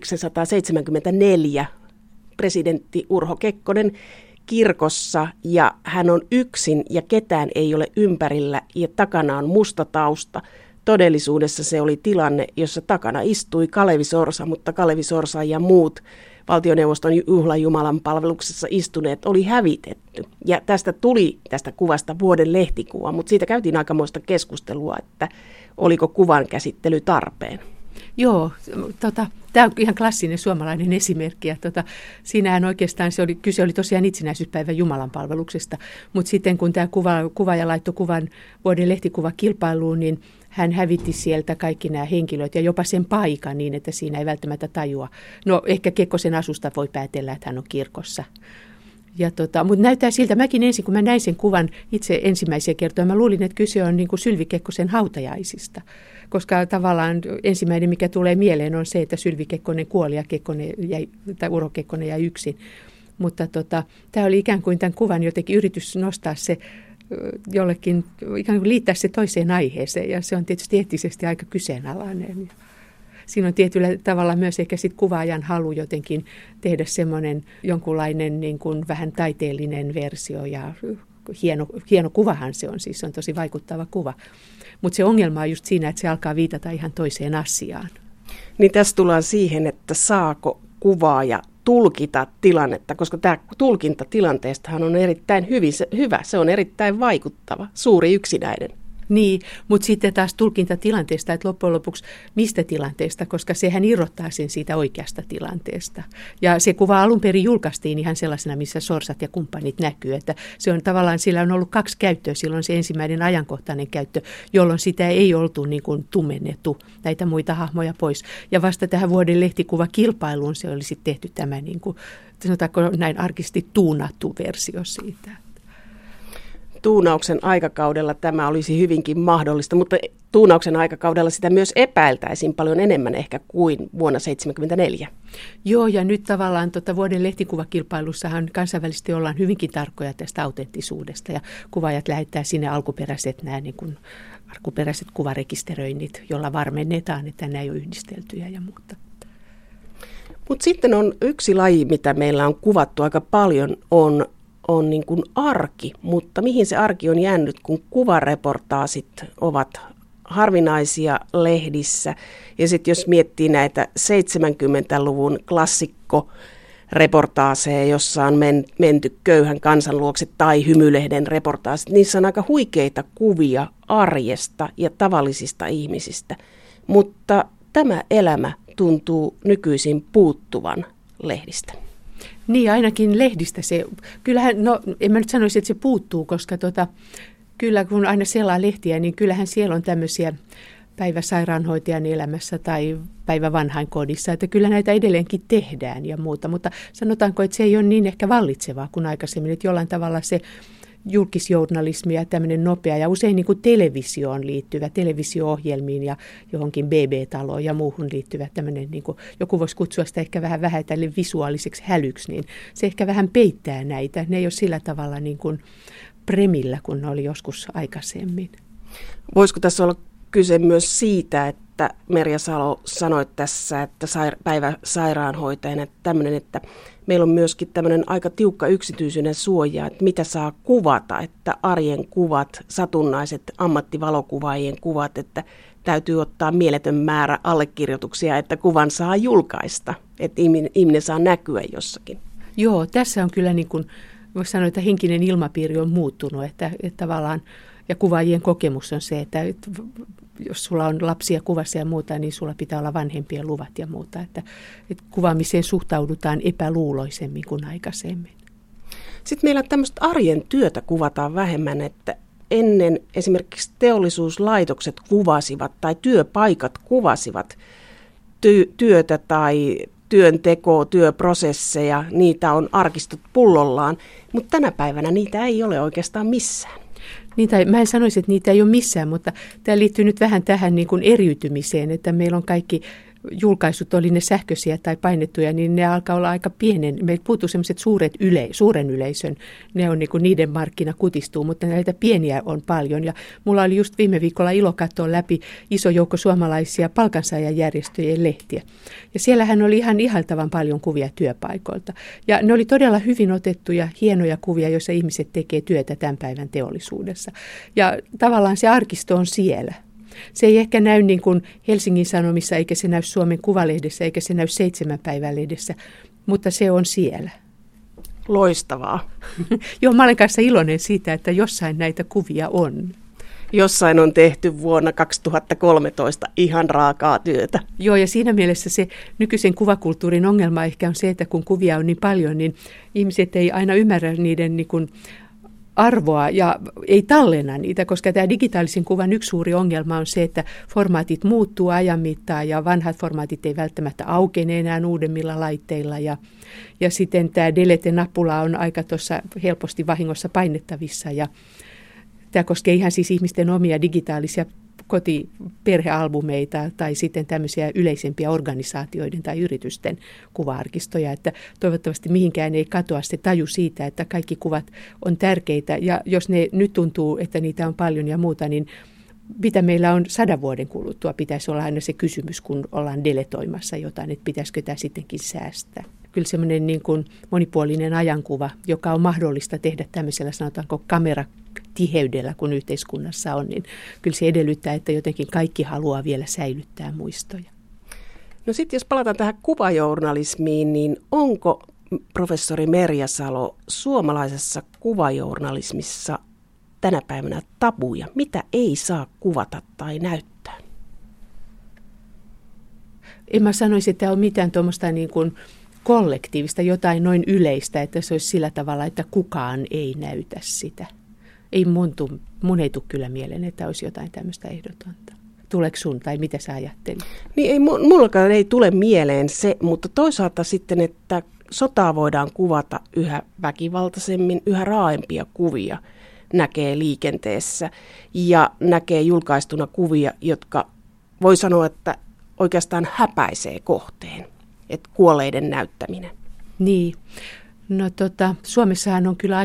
1974 presidentti Urho Kekkonen kirkossa ja hän on yksin ja ketään ei ole ympärillä ja takana on musta tausta. Todellisuudessa se oli tilanne, jossa takana istui Kalevi Sorsa, mutta Kalevi Sorsa ja muut valtioneuvoston juhlajumalan palveluksessa istuneet oli hävitetty. Ja tästä kuvasta vuoden lehtikuva, mutta siitä käytiin aikamoista keskustelua, että oliko kuvan käsittely tarpeen. Joo, tämä on ihan klassinen suomalainen esimerkki. Ja siinähän oikeastaan kyse oli tosiaan itsenäisyyspäivän Jumalan palveluksesta, mutta sitten kun tämä kuvaaja laittoi kuvan vuoden lehtikuva kilpailuun, niin hän hävitti sieltä kaikki nämä henkilöt ja jopa sen paikan niin, että siinä ei välttämättä tajua. No ehkä Kekkosen asusta voi päätellä, että hän on kirkossa. Mutta näyttää siltä, mäkin ensin kun mä näin sen kuvan itse ensimmäisiä kertoja, mä luulin, että kyse on niin kuin Sylvi Kekkosen hautajaisista. Koska tavallaan ensimmäinen, mikä tulee mieleen, on se, että Sylvi Kekkonen kuoli ja Urho Kekkonen jäi yksin. Mutta tämä oli ikään kuin tämän kuvan jotenkin yritys nostaa se jollekin, ikään kuin liittää se toiseen aiheeseen. Ja se on tietysti eettisesti aika kyseenalainen. Siinä on tietyllä tavalla myös ehkä sit kuvaajan halu jotenkin tehdä semmoinen jonkunlainen niin kuin vähän taiteellinen versio ja hieno kuvahan se on, siis se on tosi vaikuttava kuva. Mutta se ongelma on just siinä, että se alkaa viitata ihan toiseen asiaan. Niin tässä tullaan siihen, että saako kuvaaja tulkita tilannetta, koska tämä tulkinta tilanteestahan on erittäin hyvä, se on erittäin vaikuttava, suuri yksinäinen. Niin, mutta sitten taas tulkinta tilanteesta, että loppujen lopuksi mistä tilanteesta, koska sehän irrottaa sen siitä oikeasta tilanteesta. Ja se kuva alun perin julkaistiin ihan sellaisena, missä sorsat ja kumppanit näkyy, että se on tavallaan, sillä on ollut kaksi käyttöä, silloin se ensimmäinen ajankohtainen käyttö, jolloin sitä ei oltu niin kuin tumennettu näitä muita hahmoja pois. Ja vasta tähän vuoden lehtikuvakilpailuun se olisi tehty tämä niin kuin, sanotaanko näin arkisti tuunattu versio siitä. Tuunauksen aikakaudella tämä olisi hyvinkin mahdollista, mutta tuunauksen aikakaudella sitä myös epäiltäisiin paljon enemmän ehkä kuin vuonna 1974. Joo, ja nyt tavallaan vuoden lehtikuvakilpailussahan kansainvälisesti ollaan hyvinkin tarkkoja tästä autenttisuudesta, ja kuvaajat lähettää sinne alkuperäiset kuvarekisteröinnit, jolla varmennetaan, että nämä ei ole yhdisteltyjä ja muuta. Mutta sitten on yksi laji, mitä meillä on kuvattu aika paljon, on niin kuin arki, mutta mihin se arki on jäänyt, kun kuvareportaasit ovat harvinaisia lehdissä. Ja sitten jos miettii näitä 70-luvun klassikkoreportaaseja, jossa on menty köyhän kansan luokse tai Hymylehden reportaasit, niissä on aika huikeita kuvia arjesta ja tavallisista ihmisistä. Mutta tämä elämä tuntuu nykyisin puuttuvan lehdistä. Niin, ainakin lehdistä se, kyllähän, no en mä nyt sanoisi, että se puuttuu, koska kyllä kun aina selaa lehtiä, niin kyllähän siellä on tämmöisiä päiväsairaanhoitajan elämässä tai päivävanhainkodissa, että kyllä näitä edelleenkin tehdään ja muuta, mutta sanotaanko, että se ei ole niin ehkä vallitsevaa kuin aikaisemmin, että jollain tavalla se julkisjournalismi ja tämmöinen nopea ja usein niin kuin televisioon liittyvä, televisio-ohjelmiin ja johonkin BB-taloon ja muuhun liittyvä tämmöinen, niin kuin, joku voisi kutsua sitä ehkä vähän tälle visuaaliseksi hälyksi, niin se ehkä vähän peittää näitä. Ne ei ole sillä tavalla niin kuin premillä, kun ne oli joskus aikaisemmin. Voisiko tässä olla kyse myös siitä, että Merja Salo sanoi tässä, että päiväsairaanhoitajana tämmöinen, että meillä on myöskin tämmöinen aika tiukka yksityisyyden suoja, että mitä saa kuvata, että arjen kuvat, satunnaiset ammattivalokuvaajien kuvat, että täytyy ottaa mieletön määrä allekirjoituksia, että kuvan saa julkaista, että ihminen saa näkyä jossakin. Joo, tässä on kyllä niin kuin, voisi sanoa, että henkinen ilmapiiri on muuttunut, että tavallaan, ja kuvaajien kokemus on se, että jos sulla on lapsia kuvassa ja muuta, niin sulla pitää olla vanhempien luvat ja muuta. Että kuvaamiseen suhtaudutaan epäluuloisemmin kuin aikaisemmin. Sitten meillä tämmöistä arjen työtä kuvataan vähemmän, että ennen esimerkiksi teollisuuslaitokset kuvasivat tai työpaikat kuvasivat työtä tai työntekoa, työprosesseja, niitä on arkistot pullollaan, mutta tänä päivänä niitä ei ole oikeastaan missään. Mä en sanoisi, että niitä ei ole missään, mutta tämä liittyy nyt vähän tähän niin kuin eriytymiseen, että meillä on kaikki julkaisut oli ne sähköisiä tai painettuja, niin ne alkaa olla aika pienen. Meiltä puuttuu sellaiset suuren yleisön, ne on niin kuin niiden markkina kutistuu, mutta näitä pieniä on paljon. Ja mulla oli just viime viikolla ilo katsoa läpi iso joukko suomalaisia palkansaajajärjestöjen lehtiä. Ja siellähän oli ihan ihailtavan paljon kuvia työpaikoilta. Ja ne oli todella hyvin otettuja, hienoja kuvia, joissa ihmiset tekee työtä tämän päivän teollisuudessa. Ja tavallaan se arkisto on siellä. Se ei ehkä näy niin kuin Helsingin Sanomissa, eikä se näy Suomen Kuvalehdessä, eikä se näy 7 päivän lehdessä, mutta se on siellä. Loistavaa. Joo, mä olen kanssa iloinen siitä, että jossain näitä kuvia on. Jossain on tehty vuonna 2013 ihan raakaa työtä. Joo, ja siinä mielessä se nykyisen kuvakulttuurin ongelma ehkä on se, että kun kuvia on niin paljon, niin ihmiset ei aina ymmärrä niiden niin kuin arvoa ja ei tallenna niitä, koska tämä digitaalisen kuvan yksi suuri ongelma on se, että formaatit muuttuu ajan mittaan ja vanhat formaatit ei välttämättä aukene enää uudemmilla laitteilla ja sitten tämä delete-nappula on aika tuossa helposti vahingossa painettavissa ja tämä koskee ihan siis ihmisten omia digitaalisia kotiperhealbumeita tai sitten tämmöisiä yleisempiä organisaatioiden tai yritysten kuva-arkistoja, että toivottavasti mihinkään ei katoa se taju siitä, että kaikki kuvat on tärkeitä ja jos ne nyt tuntuu, että niitä on paljon ja muuta, niin mitä meillä on 100 vuoden kuluttua, pitäisi olla aina se kysymys, kun ollaan deletoimassa jotain, että pitäisikö tämä sittenkin säästää. Kyllä semmoinen niin kuin monipuolinen ajankuva, joka on mahdollista tehdä tämmöisellä, sanotaanko kameratiheydellä, kun yhteiskunnassa on, niin kyllä se edellyttää, että jotenkin kaikki haluaa vielä säilyttää muistoja. No sitten jos palataan tähän kuvajournalismiin, niin onko professori Merjasalo suomalaisessa kuvajournalismissa tänä päivänä tabuja? Mitä ei saa kuvata tai näyttää? En mä sanoisi, että on mitään tuommoista niin kuin kollektiivista, jotain noin yleistä, että se olisi sillä tavalla, että kukaan ei näytä sitä. Ei mun ei tule kyllä mieleen, että olisi jotain tämmöistä ehdotonta. Tuleeko sun tai mitä sä ajattelit? Niin ei, mullakaan ei tule mieleen se, mutta toisaalta sitten, että sotaa voidaan kuvata yhä väkivaltaisemmin, yhä raaempia kuvia näkee liikenteessä ja näkee julkaistuna kuvia, jotka voi sanoa, että oikeastaan häpäisee kohteen, että kuolleiden näyttäminen. Niin, no Suomessahan on kyllä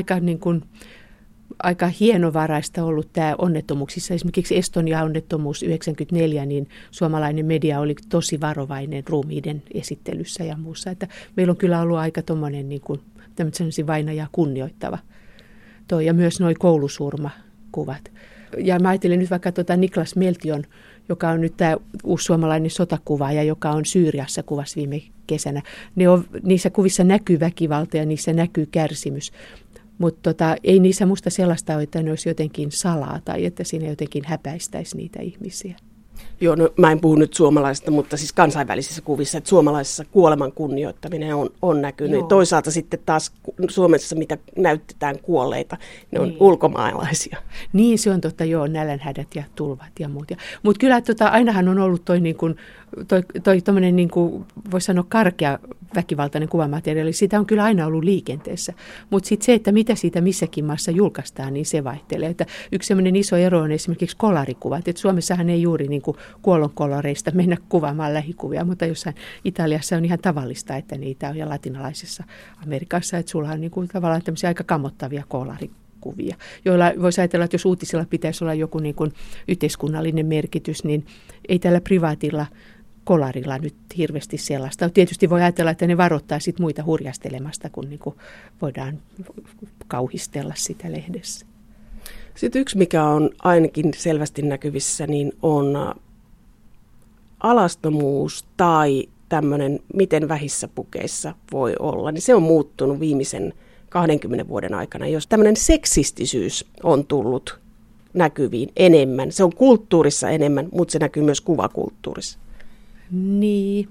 aika hienovaraista ollut tämä onnettomuuksissa. Esimerkiksi Estonia-onnettomuus 1994, niin suomalainen media oli tosi varovainen ruumiiden esittelyssä ja muussa. Että meillä on kyllä ollut aika tuommoinen tämmöisen vainajaa kunnioittava ja myös nuo koulusurmakuvat. Ja mä ajattelin nyt vaikka Niklas Meltion, joka on nyt tämä uusi suomalainen sotakuvaaja, joka on Syyriassa kuvassa viime kesänä. Niissä kuvissa näkyy väkivalta ja niissä näkyy kärsimys. Mutta ei niissä musta sellaista ole, että ne olisi jotenkin salaa tai että siinä jotenkin häpäistäisi niitä ihmisiä. Joo, no mä en puhu nyt suomalaisista, mutta siis kansainvälisissä kuvissa, että suomalaisessa kuoleman kunnioittaminen on näkynyt. Joo. Toisaalta sitten taas Suomessa, mitä näytetään kuolleita, ne on ulkomaalaisia. Niin, se on totta, joo, nälänhädät ja tulvat ja muut. Mutta kyllä ainahan on ollut toi tommoinen, voisi sanoa, karkea väkivaltainen kuvamateriaali. Sitä on kyllä aina ollut liikenteessä. Mutta sitten se, että mitä siitä missäkin maassa julkaistaan, niin se vaihtelee. Että yksi semmoinen iso ero on esimerkiksi kolarikuvat. Et Suomessahan ei juuri kuolonkoloreista mennä kuvaamaan lähikuvia, mutta jossain Italiassa on ihan tavallista, että niitä on ja latinalaisessa Amerikassa, että sulla on tavallaan tämmöisiä aika kammottavia kolarikuvia, joilla voisi ajatella, että jos uutisilla pitäisi olla joku yhteiskunnallinen merkitys, niin ei tällä privaatilla kolarilla nyt hirveästi sellaista. Tietysti voi ajatella, että ne varoittaa sit muita hurjastelemasta, kun voidaan kauhistella sitä lehdessä. Sitten yksi, mikä on ainakin selvästi näkyvissä, niin on alastomuus tai tämmöinen, miten vähissä pukeissa voi olla. Niin se on muuttunut viimeisen 20 vuoden aikana, jos tämmöinen seksistisyys on tullut näkyviin enemmän. Se on kulttuurissa enemmän, mutta se näkyy myös kuvakulttuurissa. Niin.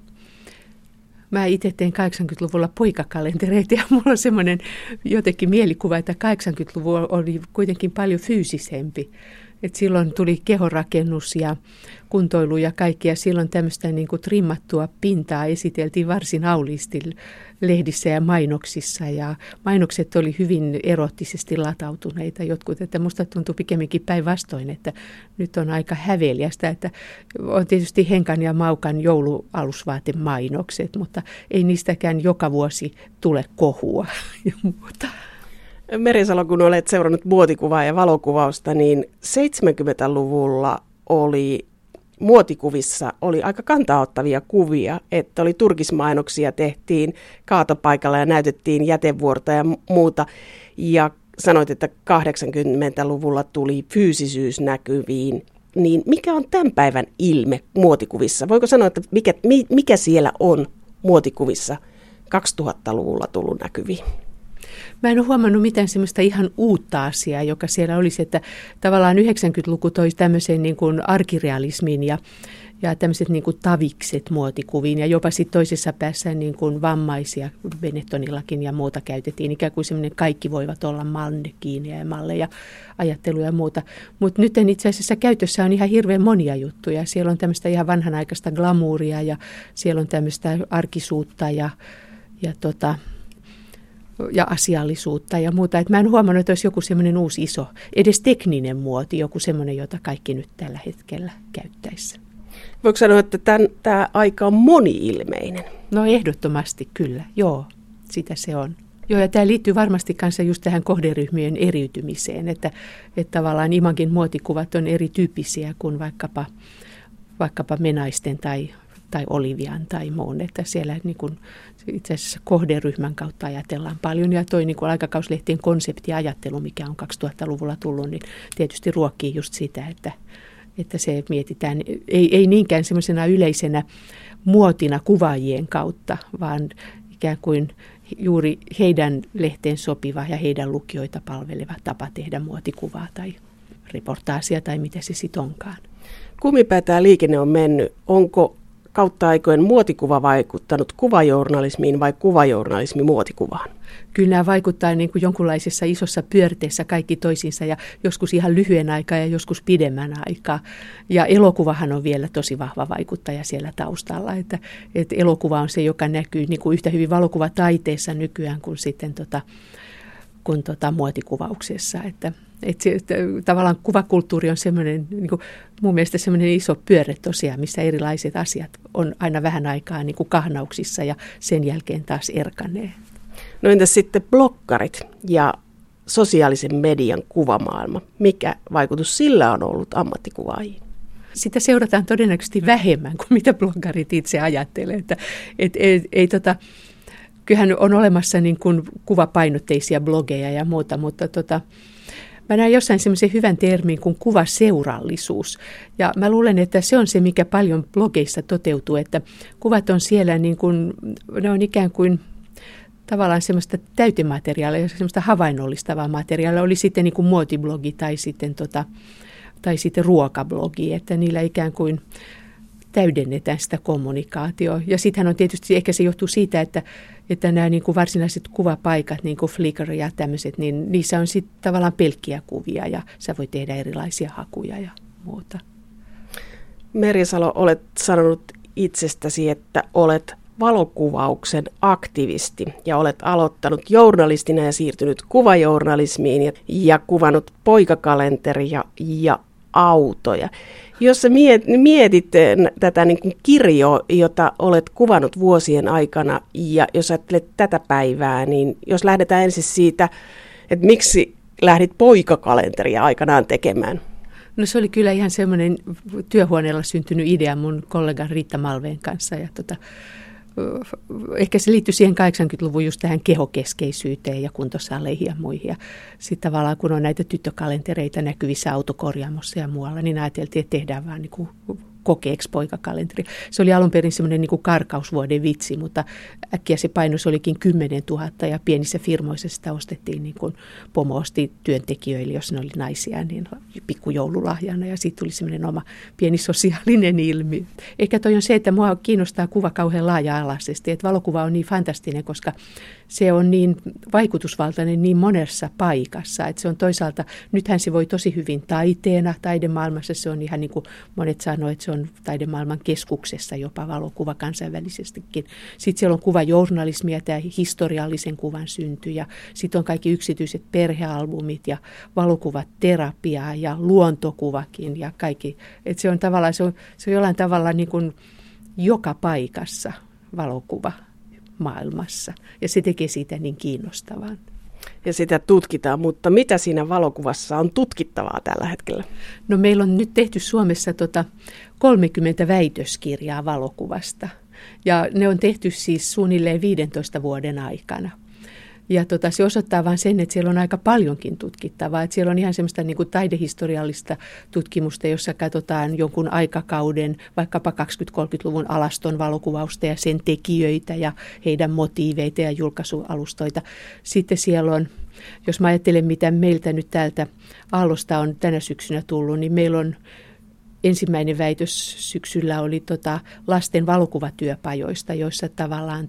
Mä itse tein 80-luvulla poikakalentereita ja mulla on semmoinen jotenkin mielikuva, että 80-luvulla oli kuitenkin paljon fyysisempi. Et silloin tuli kehonrakennus ja kuntoilu ja kaikki, ja silloin tämmöistä niin kuin trimmattua pintaa esiteltiin varsin auliisti lehdissä ja mainoksissa, ja mainokset oli hyvin erottisesti latautuneita jotkut, että musta tuntui pikemminkin päinvastoin, että nyt on aika häveliästä, että on tietysti Henkan ja Maukan joulualusvaatemainokset, mutta ei niistäkään joka vuosi tule kohua ja muuta. Merisalo, kun olet seurannut muotikuvaa ja valokuvausta, niin 70-luvulla muotikuvissa oli aika kantaottavia kuvia, että oli turkismainoksia, tehtiin kaatopaikalla ja näytettiin jätevuorta ja muuta. Ja sanoit, että 80-luvulla tuli fyysisyys näkyviin. Niin mikä on tämän päivän ilme muotikuvissa? Voiko sanoa, että mikä siellä on muotikuvissa 2000-luvulla tullut näkyviin? Mä en ole huomannut mitään semmoista ihan uutta asiaa, joka siellä olisi, että tavallaan 90-luku toi tämmöisen niin kuin arkirealismin ja tämmöiset niin kuin tavikset muotikuviin ja jopa sitten toisessa päässä niin kuin vammaisia Benettonillakin ja muuta käytettiin. Ikään kuin semmoinen kaikki voivat olla mannekiineja ja malleja, ajatteluja ja muuta. Mutta nyt itse asiassa käytössä on ihan hirveän monia juttuja. Siellä on tämmöistä ihan vanhanaikaista glamouria ja siellä on tämmöistä arkisuutta ja asiallisuutta ja muuta. Et mä en huomannut, että olisi joku semmoinen uusi iso, edes tekninen muoti, joku semmoinen, jota kaikki nyt tällä hetkellä käyttäisi. Voiko sanoa, että tämä aika on moni-ilmeinen? No ehdottomasti kyllä, joo, sitä se on. Joo, ja tämä liittyy varmasti kanssa just tähän kohderyhmien eriytymiseen, että tavallaan Imagin muotikuvat on erityyppisiä kuin vaikkapa Menaisten tai Olivian tai muun, että siellä niin kuin itse asiassa kohderyhmän kautta ajatellaan paljon. Ja toi niin kuin aikakauslehtien konseptiajattelu, mikä on 2000-luvulla tullut, niin tietysti ruokkii just sitä, että se mietitään, ei niinkään semmoisena yleisenä muotina kuvaajien kautta, vaan ikään kuin juuri heidän lehteen sopiva ja heidän lukijoita palveleva tapa tehdä muotikuvaa tai reportaasia tai mitä se sitten onkaan. Kumminpäin tämä liikenne on mennyt. Onko kautta aikojen muotikuva vaikuttanut kuvajournalismiin vai kuvajournalismi muotikuvaan? Kyllä nämä vaikuttaa niin kuin jonkunlaisessa isossa pyörteessä kaikki toisiinsa ja joskus ihan lyhyen aikaa ja joskus pidemmän aikaa. Ja elokuvahan on vielä tosi vahva vaikuttaja siellä taustalla, että elokuva on se, joka näkyy niin kuin yhtä hyvin valokuvataiteessa nykyään kuin sitten muotikuvauksessa, että tavallaan kuvakulttuuri on semmoinen, niin kuin mun mielestä semmoinen iso pyörre tosiaan, missä erilaiset asiat on aina vähän aikaa niin kuin kahnauksissa ja sen jälkeen taas erkanee. No entäs sitten bloggarit ja sosiaalisen median kuvamaailma? Mikä vaikutus sillä on ollut ammattikuvaajiin? Sitä seurataan todennäköisesti vähemmän kuin mitä bloggarit itse ajattelee. Kyllähän on olemassa niin kuin kuvapainotteisia blogeja ja muuta, mutta mä näen jossain semmoisen hyvän termin kuin kuvaseurallisuus. Ja mä luulen, että se on se, mikä paljon blogeissa toteutuu, että kuvat on siellä niin kuin, ne on ikään kuin tavallaan semmoista täytemateriaalia, semmoista havainnollistavaa materiaalia. Oli sitten niin kuin muotiblogi tai sitten ruokablogi, että niillä ikään kuin täydennetään sitä kommunikaatioa. Ja sittenhän on tietysti, ehkä se johtuu siitä, että nämä niin kuin varsinaiset kuvapaikat, niin kuin Flickr ja tämmöiset, niin niissä on sitten tavallaan pelkkiä kuvia ja sä voi tehdä erilaisia hakuja ja muuta. Merisalo, olet sanonut itsestäsi, että olet valokuvauksen aktivisti ja olet aloittanut journalistina ja siirtynyt kuvajournalismiin ja kuvannut poikakalenteria ja autoja. Jos sä mietit tätä niin kuin kirjoa, jota olet kuvannut vuosien aikana ja jos ajattelet tätä päivää, niin jos lähdetään ensin siitä, että miksi lähdit poikakalenteria aikanaan tekemään? No se oli kyllä ihan semmoinen työhuoneella syntynyt idea mun kollegan Riitta Malveen kanssa ja ehkä se liittyy siihen 80-luvun just tähän kehokeskeisyyteen ja kuntosaleihin ja muihin. Ja sitten tavallaan kun on näitä tyttökalentereita näkyvissä autokorjaamossa ja muualla, niin ajateltiin, että tehdään vaan niin kuin kokeeksi poikakalenteri. Se oli alun perin semmoinen niin kuin karkausvuoden vitsi, mutta äkkiä se painos olikin 10 000 ja pienissä firmoissa sitä ostettiin niin kuin pomo osti työntekijöille, jos ne oli naisia, niin pikkujoululahjana ja siitä tuli semmoinen oma pieni sosiaalinen ilmiö. Ehkä toi on se, että mua kiinnostaa kuva kauhean laaja-alaisesti, että valokuva on niin fantastinen, koska se on niin vaikutusvaltainen niin monessa paikassa, että se on toisaalta, nythän se voi tosi hyvin taiteena, taidemaailmassa se on ihan niin kuin monet sanoo, että se on taidemaailman keskuksessa jopa valokuva kansainvälisestikin. Sitten siellä on kuvajournalismia, tämä historiallisen kuvan synty ja sitten on kaikki yksityiset perhealbumit ja valokuvaterapiaa ja luontokuvakin ja kaikki. Että se on tavallaan, se on jollain tavalla niin kuin joka paikassa valokuva maailmassa ja se tekee siitä niin kiinnostavan. Ja sitä tutkitaan, mutta mitä siinä valokuvassa on tutkittavaa tällä hetkellä? No meillä on nyt tehty Suomessa 30 väitöskirjaa valokuvasta ja ne on tehty siis suunnilleen 15 vuoden aikana. Ja se osoittaa vain sen, että siellä on aika paljonkin tutkittavaa. Että siellä on ihan semmoista niin kuin taidehistoriallista tutkimusta, jossa katsotaan jonkun aikakauden, vaikkapa 20-30-luvun alaston valokuvausta ja sen tekijöitä ja heidän motiiveita ja julkaisualustoita. Sitten siellä on, jos mä ajattelen, mitä meiltä nyt täältä Aallosta on tänä syksynä tullut, niin meillä on ensimmäinen väitös syksyllä oli lasten valokuvatyöpajoista, joissa tavallaan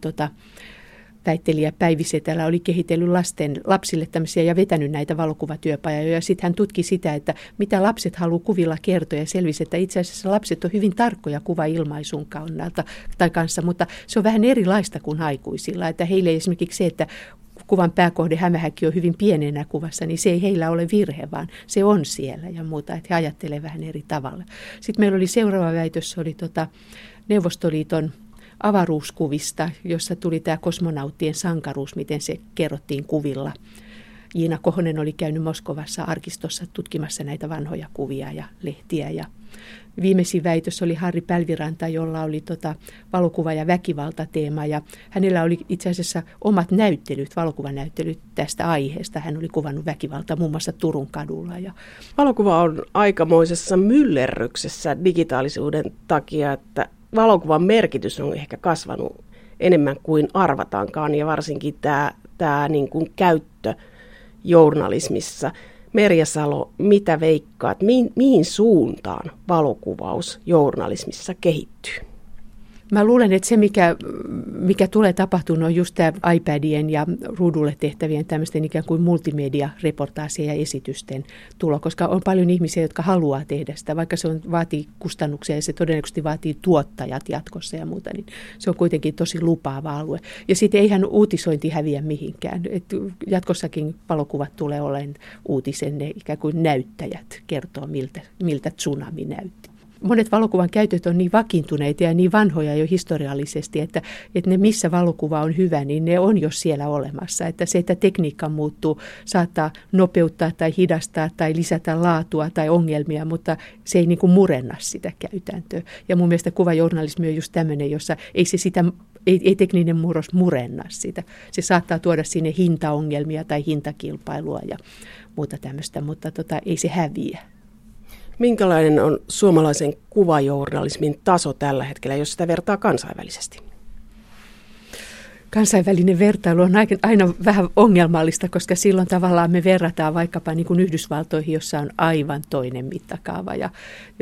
väittelijä Päivi Setälä oli kehitellyt lapsille tämmöisiä ja vetänyt näitä valokuvatyöpajoja. Ja sitten hän tutki sitä, että mitä lapset haluaa kuvilla kertoa ja selvisi, että itse asiassa lapset on hyvin tarkkoja kuvailmaisun kannalta tai kanssa, mutta se on vähän erilaista kuin aikuisilla. Että heille esimerkiksi se, että kuvan pääkohde hämähäkki on hyvin pienenä kuvassa, niin se ei heillä ole virhe, vaan se on siellä ja muuta, että he ajattelee vähän eri tavalla. Sitten meillä oli seuraava väitös, se oli Neuvostoliiton avaruuskuvista, jossa tuli tämä kosmonauttien sankaruus, miten se kerrottiin kuvilla. Jiina Kohonen oli käynyt Moskovassa arkistossa tutkimassa näitä vanhoja kuvia ja lehtiä. Ja viimeisin väitös oli Harri Pälviranta, jolla oli valokuva- ja väkivaltateema. Ja hänellä oli itse asiassa omat näyttelyt, valokuvanäyttelyt tästä aiheesta. Hän oli kuvannut väkivaltaa muun muassa Turun kadulla. Valokuva on aikamoisessa myllerryksessä digitaalisuuden takia, että valokuvan merkitys on ehkä kasvanut enemmän kuin arvataankaan ja varsinkin tämä niin kuin käyttö journalismissa. Merja Salo, mitä veikkaat, mihin suuntaan valokuvaus journalismissa kehittyy? Mä luulen, että se, mikä tulee tapahtumaan, on just tämä iPadien ja ruudulle tehtävien tämmöisten ikään kuin multimedia-reportaasien ja esitysten tulo, koska on paljon ihmisiä, jotka haluaa tehdä sitä, vaikka se vaatii kustannuksia ja se todennäköisesti vaatii tuottajat jatkossa ja muuta, niin se on kuitenkin tosi lupaava alue. Ja sitten eihän uutisointi häviä mihinkään. Et jatkossakin valokuvat tulee olemaan uutisen, ne ikään kuin näyttäjät kertoo, miltä tsunami näytti. Monet valokuvan käytöt on niin vakiintuneita ja niin vanhoja jo historiallisesti, että ne missä valokuva on hyvä, niin ne on jo siellä olemassa. Että se, että tekniikka muuttuu, saattaa nopeuttaa tai hidastaa tai lisätä laatua tai ongelmia, mutta se ei niin kuin murenna sitä käytäntöä. Ja mun mielestä kuvajournalismi on just tämmöinen, jossa ei tekninen murros murenna sitä. Se saattaa tuoda sinne hintaongelmia tai hintakilpailua ja muuta tämmöistä, mutta ei se häviä. Minkälainen on suomalaisen kuvajournalismin taso tällä hetkellä, jos sitä vertaa kansainvälisesti? Kansainvälinen vertailu on aina vähän ongelmallista, koska silloin tavallaan me verrataan vaikkapa niin kuin Yhdysvaltoihin, jossa on aivan toinen mittakaava ja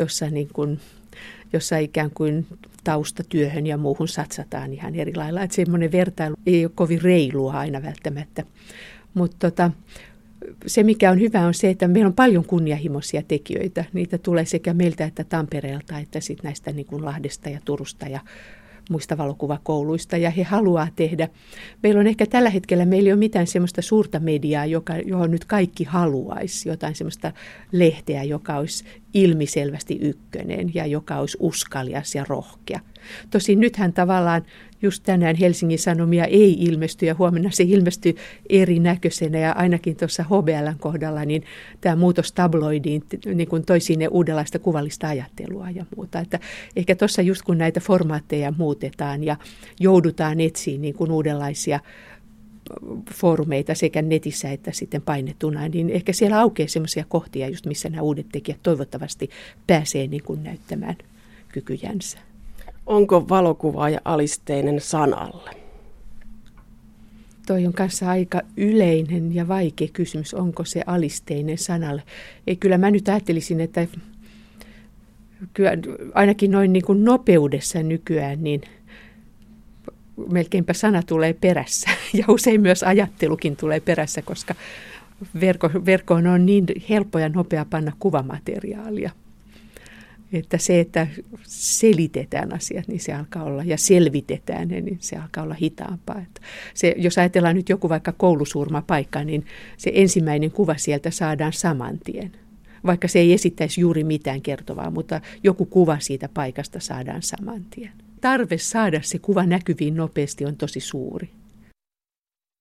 jossa ikään kuin taustatyöhön ja muuhun satsataan ihan eri lailla. Että semmoinen vertailu ei ole kovin reilua aina välttämättä, mutta se, mikä on hyvä, on se, että meillä on paljon kunnianhimoisia tekijöitä. Niitä tulee sekä meiltä että Tampereelta, että sitten näistä niin kuin Lahdesta ja Turusta ja muista valokuvakouluista. Ja he haluaa tehdä. Meillä on ehkä tällä hetkellä, meillä ei ole mitään semmoista suurta mediaa, johon nyt kaikki haluaisi. Jotain semmoista lehteä, joka olisi ilmiselvästi ykkönen ja joka olisi uskalias ja rohkea. Tosin nythän tavallaan just tänään Helsingin Sanomia ei ilmesty ja huomenna se ilmestyy erinäköisenä ja ainakin tuossa HBL:n kohdalla niin tämä muutos tabloidiin niin kuin toi sinne uudenlaista kuvallista ajattelua ja muuta. Että ehkä tuossa just kun näitä formaatteja muutetaan ja joudutaan etsiä niin kuin uudenlaisia foorumeita sekä netissä että sitten painetuna, niin ehkä siellä aukeaa semmoisia kohtia, just missä nämä uudet tekijät toivottavasti pääsee niin kuin näyttämään kykyjänsä. Onko valokuvaaja alisteinen sanalle? toi on kanssa aika yleinen ja vaikea kysymys, onko se alisteinen sanalle. Ei, kyllä mä nyt ajattelisin, että kyllä ainakin noin niin kuin nopeudessa nykyään, niin melkeinpä sana tulee perässä ja usein myös ajattelukin tulee perässä, koska verkkoon on niin helppo ja nopea panna kuvamateriaalia. Että se, että selitetään asiat, niin se alkaa olla, ja selvitetään ne, niin se alkaa olla hitaampaa. Että se, jos ajatellaan nyt joku vaikka koulusurmapaikka, niin se ensimmäinen kuva sieltä saadaan saman tien. Vaikka se ei esittäisi juuri mitään kertovaa, mutta joku kuva siitä paikasta saadaan saman tien. Tarve saada se kuva näkyviin nopeasti on tosi suuri.